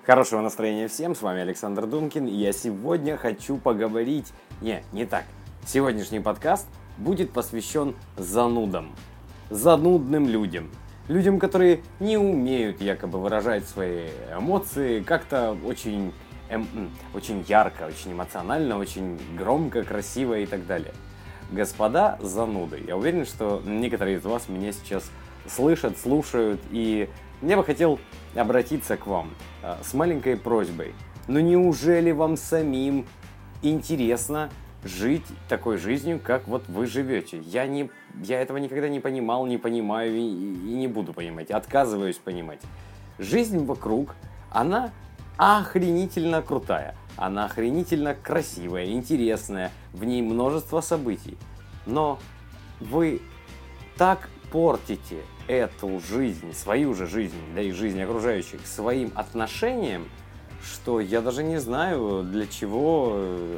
Хорошего настроения всем, с вами Александр Думкин, и я сегодня хочу поговорить... Не так. Сегодняшний подкаст будет посвящен занудам. Занудным людям. Людям, которые не умеют якобы выражать свои эмоции как-то очень ярко, очень эмоционально, очень громко, красиво и так далее. Господа зануды, я уверен, что некоторые из вас меня сейчас слышат, слушают, и я бы хотел обратиться к вам с маленькой просьбой. Но неужели вам самим интересно жить такой жизнью, как вот вы живете? Я этого никогда не понимал, не понимаю и не буду понимать, отказываюсь понимать. Жизнь вокруг, она охренительно крутая, она охренительно красивая, интересная, в ней множество событий. Но вы так портите эту жизнь, свою же жизнь, да и жизнь окружающих, своим отношением, что я даже не знаю, для чего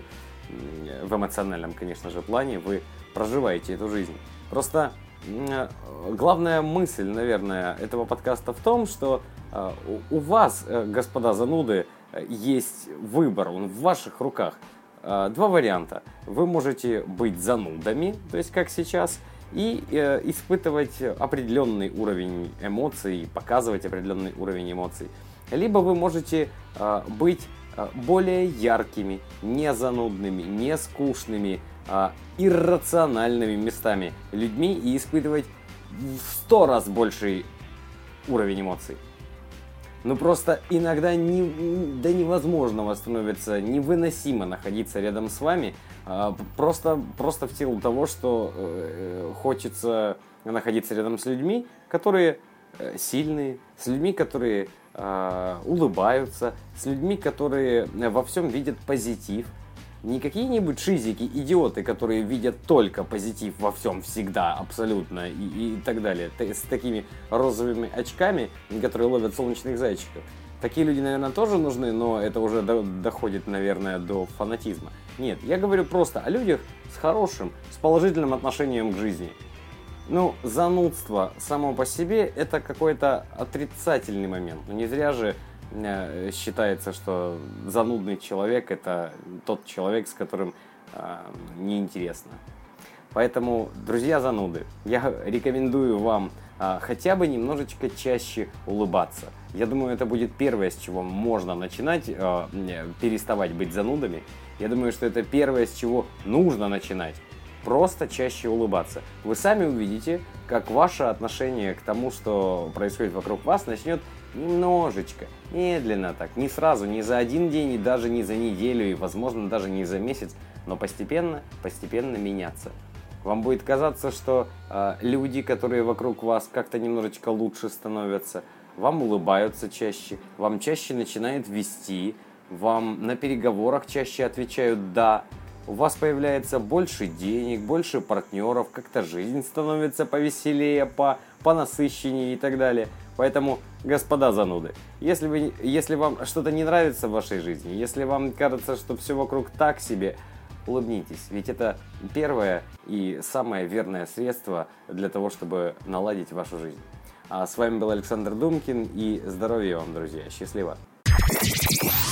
в эмоциональном, конечно же, плане вы проживаете эту жизнь. Просто главная мысль, наверное, этого подкаста в том, что у вас, господа зануды, есть выбор, он в ваших руках. Два варианта. Вы можете быть занудами, то есть как сейчас, и испытывать определенный уровень эмоций, показывать определенный уровень эмоций. Либо вы можете быть более яркими, не занудными, не скучными, иррациональными местами людьми и испытывать в 100 раз больший уровень эмоций. Но просто иногда до невозможного становится невыносимо находиться рядом с вами, просто в силу того, что хочется находиться рядом с людьми, которые сильные, с людьми, которые улыбаются, с людьми, которые во всем видят позитив. Не какие-нибудь шизики, идиоты, которые видят только позитив во всем всегда, абсолютно, и так далее, с такими розовыми очками, которые ловят солнечных зайчиков. Такие люди, наверное, тоже нужны, но это уже доходит, наверное, до фанатизма. Нет, я говорю просто о людях с хорошим, с положительным отношением к жизни. Ну, занудство само по себе это какой-то отрицательный момент. Но не зря же считается, что занудный человек это тот человек, с которым неинтересно. Поэтому, друзья зануды, я рекомендую вам хотя бы немножечко чаще улыбаться. Я думаю, это будет первое, с чего можно начинать переставать быть занудами. Я думаю, что это первое, с чего нужно начинать. Просто чаще улыбаться. Вы сами увидите, как ваше отношение к тому, что происходит вокруг вас, начнет немножечко, медленно так, не сразу, не за один день и даже не за неделю, и, возможно, даже не за месяц, но постепенно меняться. Вам будет казаться, что люди, которые вокруг вас, как-то немножечко лучше становятся, вам улыбаются чаще, вам чаще начинают вести, вам на переговорах чаще отвечают «да», у вас появляется больше денег, больше партнеров, как-то жизнь становится повеселее, понасыщеннее и так далее. Поэтому, господа зануды, если вам что-то не нравится в вашей жизни, если вам кажется, что все вокруг так себе, улыбнитесь. Ведь это первое и самое верное средство для того, чтобы наладить вашу жизнь. А с вами был Александр Думкин, и здоровья вам, друзья. Счастливо!